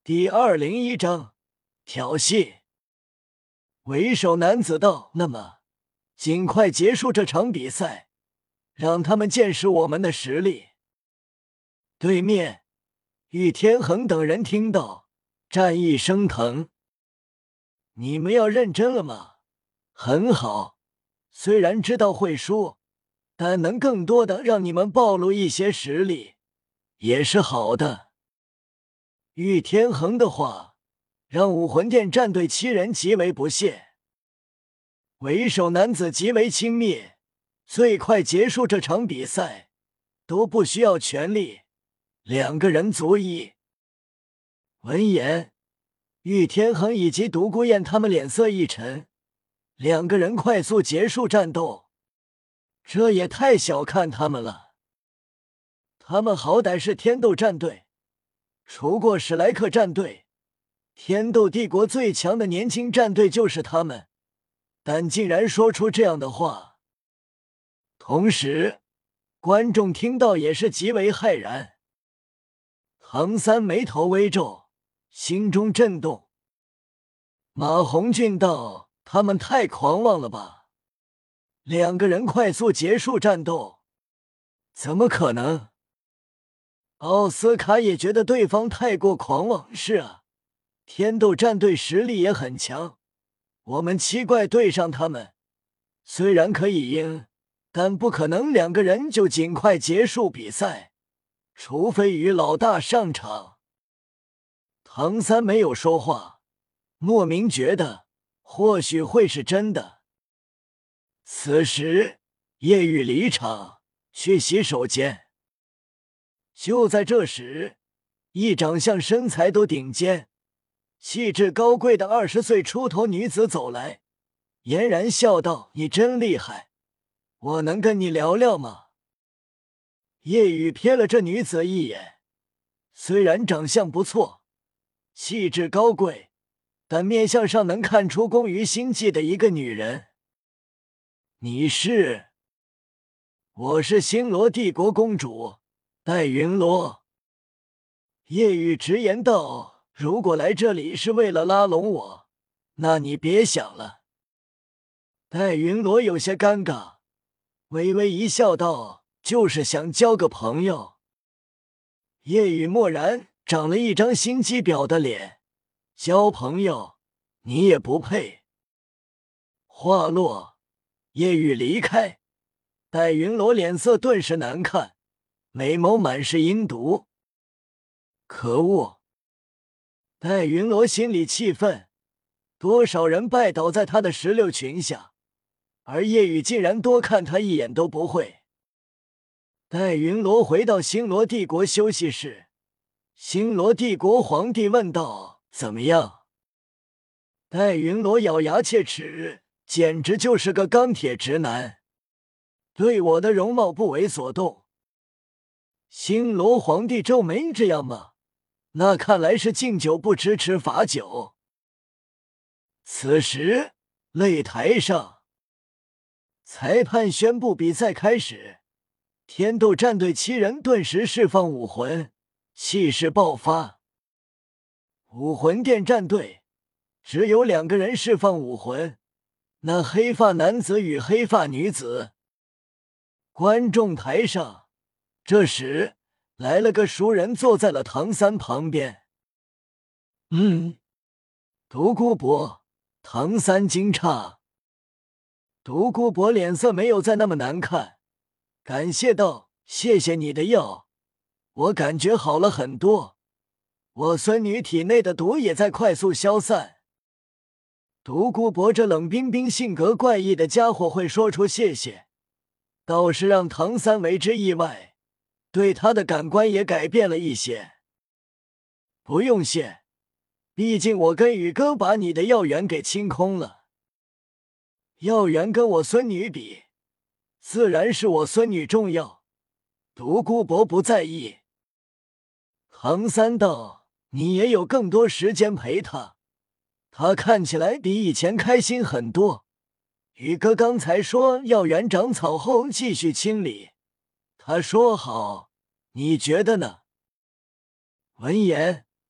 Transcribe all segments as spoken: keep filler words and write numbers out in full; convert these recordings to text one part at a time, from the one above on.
第二零一章挑衅。为首男子道：“那么，尽快结束这场比赛，让他们见识我们的实力。”对面，玉天恒等人听到，战意升腾。你们要认真了吗？很好，虽然知道会输，但能更多的让你们暴露一些实力，也是好的。玉天恒的话让武魂殿战队七人极为不屑。为首男子极为轻蔑，最快结束这场比赛都不需要全力，两个人足矣。闻言，玉天恒以及独孤雁他们脸色一沉，两个人快速结束战斗，这也太小看他们了。他们好歹是天斗战队，除过史莱克战队，天斗帝国最强的年轻战队就是他们，但竟然说出这样的话。同时，观众听到也是极为骇然。唐三眉头微皱，心中震动。马红俊道：“他们太狂妄了吧？两个人快速结束战斗，怎么可能？”奥斯卡也觉得对方太过狂妄。是啊，天斗战队实力也很强，我们七怪对上他们，虽然可以赢，但不可能两个人就尽快结束比赛，除非于老大上场。唐三没有说话，莫名觉得或许会是真的。此时，叶雨离场去洗手间。就在这时，一长相身材都顶尖、气质高贵的二十岁出头女子走来，嫣然笑道：“你真厉害，我能跟你聊聊吗？”叶雨瞥了这女子一眼，虽然长相不错，气质高贵，但面相上能看出工于心计的一个女人。你是？我是星罗帝国公主戴云罗。叶雨直言道：“如果来这里是为了拉拢我，那你别想了。”戴云罗有些尴尬，微微一笑道：“就是想交个朋友。”叶雨默然，长了一张心机婊的脸，交朋友，你也不配。话落，叶雨离开，戴云罗脸色顿时难看，美眸满是阴毒。可恶！戴云罗心里气愤，多少人拜倒在他的石榴裙下，而叶雨竟然多看他一眼都不会。戴云罗回到星罗帝国休息室，星罗帝国皇帝问道：“怎么样？”戴云罗咬牙切齿，简直就是个钢铁直男，对我的容貌不为所动。星罗皇帝皱眉：“这样吗？那看来是敬酒不吃吃罚酒。”此时，擂台上，裁判宣布比赛开始。天斗战队七人顿时释放武魂，气势爆发。武魂殿战队只有两个人释放武魂，那黑发男子与黑发女子。观众台上，这时来了个熟人，坐在了唐三旁边。嗯，独孤博。唐三惊诧。独孤博脸色没有再那么难看，感谢道：“谢谢你的药，我感觉好了很多，我孙女体内的毒也在快速消散。”独孤博这冷冰冰、性格怪异的家伙会说出谢谢，倒是让唐三为之意外，对他的感官也改变了一些。不用谢，毕竟我跟宇哥把你的药源给清空了。药源跟我孙女比，自然是我孙女重要。独孤博不在意。唐三道：“你也有更多时间陪她，她看起来比以前开心很多。宇哥刚才说药源长草后继续清理，他说好，你觉得呢？”闻言，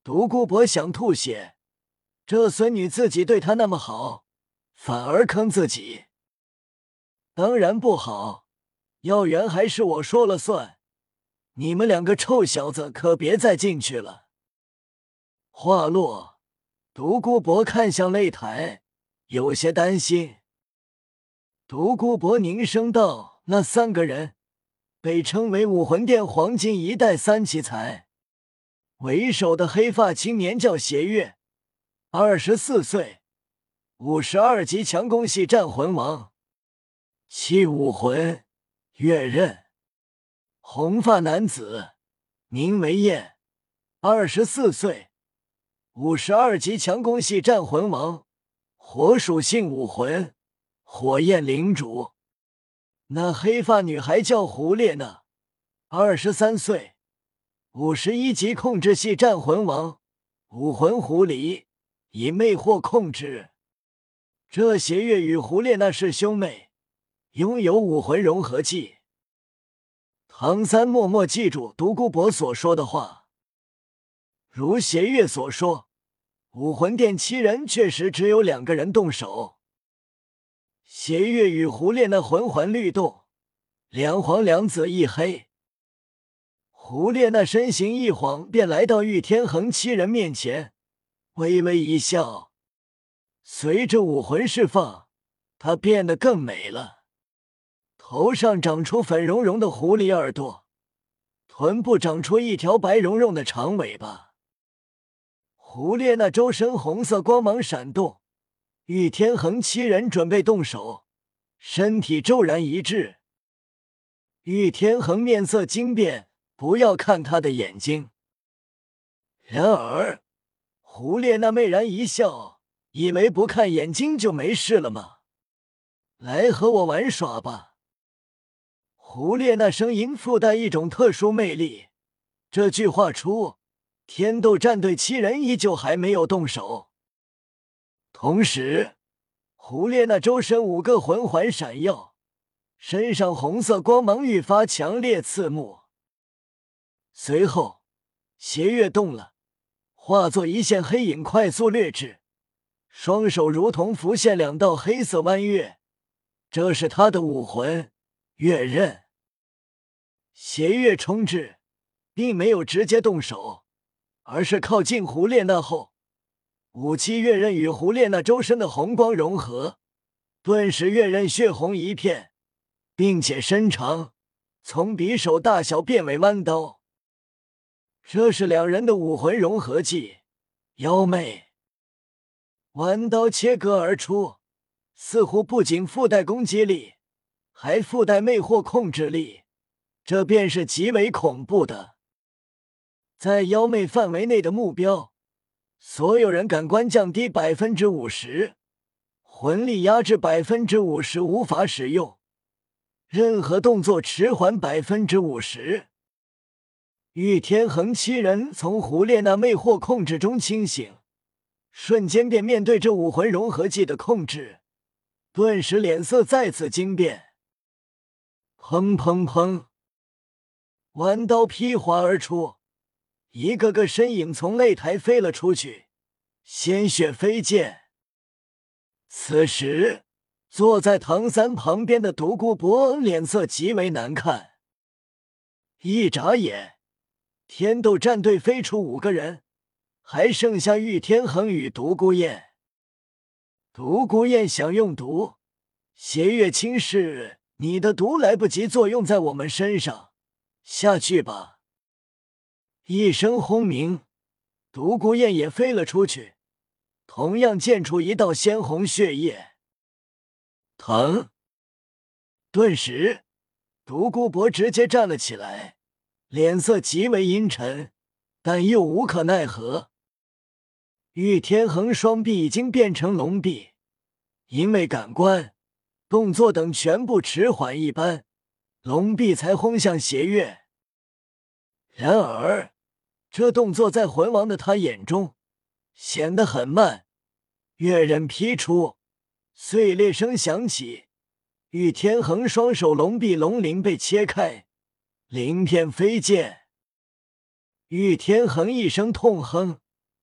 独孤博想吐血，这孙女自己对他那么好，反而坑自己，当然不好，要圆还是我说了算，你们两个臭小子可别再进去了。话落，独孤博看向擂台，有些担心。独孤博凝声道：“那三个人被称为武魂殿黄金一代三奇才，为首的黑发青年叫邪月，二十四岁，五十二级强攻系战魂王，其武魂月刃。红发男子名为燕，二十四岁，五十二级强攻系战魂王，火属性武魂。”火焰领主。那黑发女孩叫胡列娜，二十三岁，五十一级控制系战魂王，武魂狐狸，以魅惑控制。这邪月与胡列娜是兄妹，拥有武魂融合技。唐三默默记住独孤博所说的话，如邪月所说，武魂殿七人确实只有两个人动手。邪月与胡列娜魂环律动，两黄两紫一黑。胡列娜身形一晃，便来到玉天恒七人面前，微微一笑。随着武魂释放，她变得更美了。头上长出粉茸茸的狐狸耳朵，臀部长出一条白茸茸的长尾巴。胡列娜周身红色光芒闪动。玉天恒七人准备动手，身体骤然一滞。玉天恒面色惊变，不要看他的眼睛。然而，胡列娜媚然一笑，以为不看眼睛就没事了吗？来和我玩耍吧。胡列娜声音附带一种特殊魅力，这句话出，天斗战队七人依旧还没有动手。同时，胡列娜周身五个魂环闪耀，身上红色光芒愈发强烈刺目。随后，邪月动了，化作一线黑影快速掠至，双手如同浮现两道黑色弯月，这是他的武魂月刃。邪月冲至，并没有直接动手，而是靠近胡列娜后，武器月刃与胡列娜周身的红光融合，顿时月刃血红一片，并且伸长，从匕首大小变为弯刀。这是两人的武魂融合技妖媚。弯刀切割而出，似乎不仅附带攻击力，还附带魅惑控制力，这便是极为恐怖的。在妖媚范围内的目标，所有人感官降低 百分之五十， 魂力压制 百分之五十 无法使用，任何动作迟缓 百分之五十。 玉天恒七人从胡列娜魅惑控制中清醒，瞬间便面对这武魂融合技的控制，顿时脸色再次惊变。砰砰砰，弯刀劈划而出，一个个身影从擂台飞了出去，鲜血飞溅。此时，坐在唐三旁边的独孤博脸色极为难看。一眨眼，天斗战队飞出五个人，还剩下玉天恒与独孤雁。独孤雁想用毒，邪月轻视，你的毒来不及作用在我们身上，下去吧。一声轰鸣，独孤雁也飞了出去，同样溅出一道鲜红血液。疼！顿时，独孤博直接站了起来，脸色极为阴沉，但又无可奈何。玉天恒双臂已经变成龙臂，因为感官、动作等全部迟缓一般，龙臂才轰向邪月。然而，这动作在魂王的他眼中显得很慢。月刃劈出，碎裂声响起，玉天恒双手龙臂龙鳞被切开，鳞片飞溅。玉天恒一声痛哼，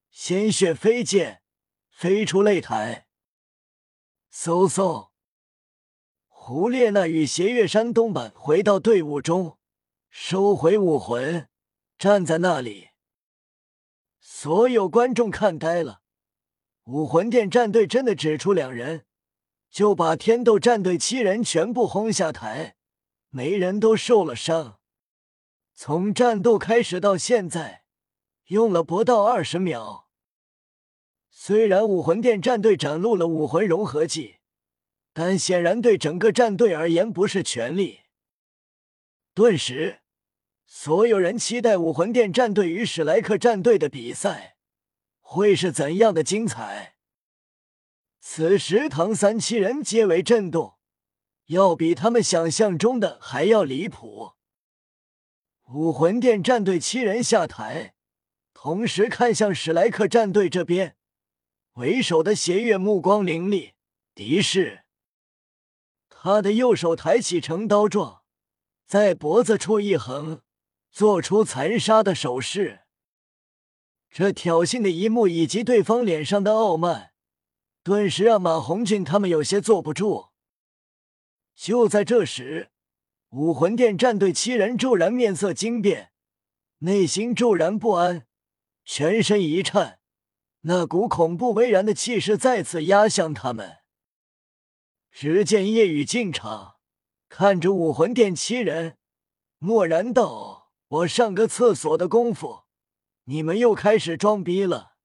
鲜血飞溅，飞出擂台。嗖嗖，胡列娜与邪月山东版回到队伍中，收回武魂，站在那里。所有观众看呆了，武魂殿战队真的只出两人，就把天斗战队七人全部轰下台，每人都受了伤。从战斗开始到现在，用了不到二十秒。虽然武魂殿战队展露了武魂融合技，但显然对整个战队而言不是全力。顿时，所有人期待武魂殿战队与史莱克战队的比赛会是怎样的精彩。此时唐三七人皆为震动，要比他们想象中的还要离谱。武魂殿战队七人下台，同时看向史莱克战队这边，为首的邪月目光凌厉，敌视。他的右手抬起成刀状，在脖子处一横，做出残杀的手势。这挑衅的一幕以及对方脸上的傲慢，顿时让马红俊他们有些坐不住。就在这时，武魂殿战队七人骤然面色惊变，内心骤然不安，全身一颤，那股恐怖巍然的气势再次压向他们。只见夜雨进场，看着武魂殿七人，默然道：“我上个厕所的功夫，你们又开始装逼了。”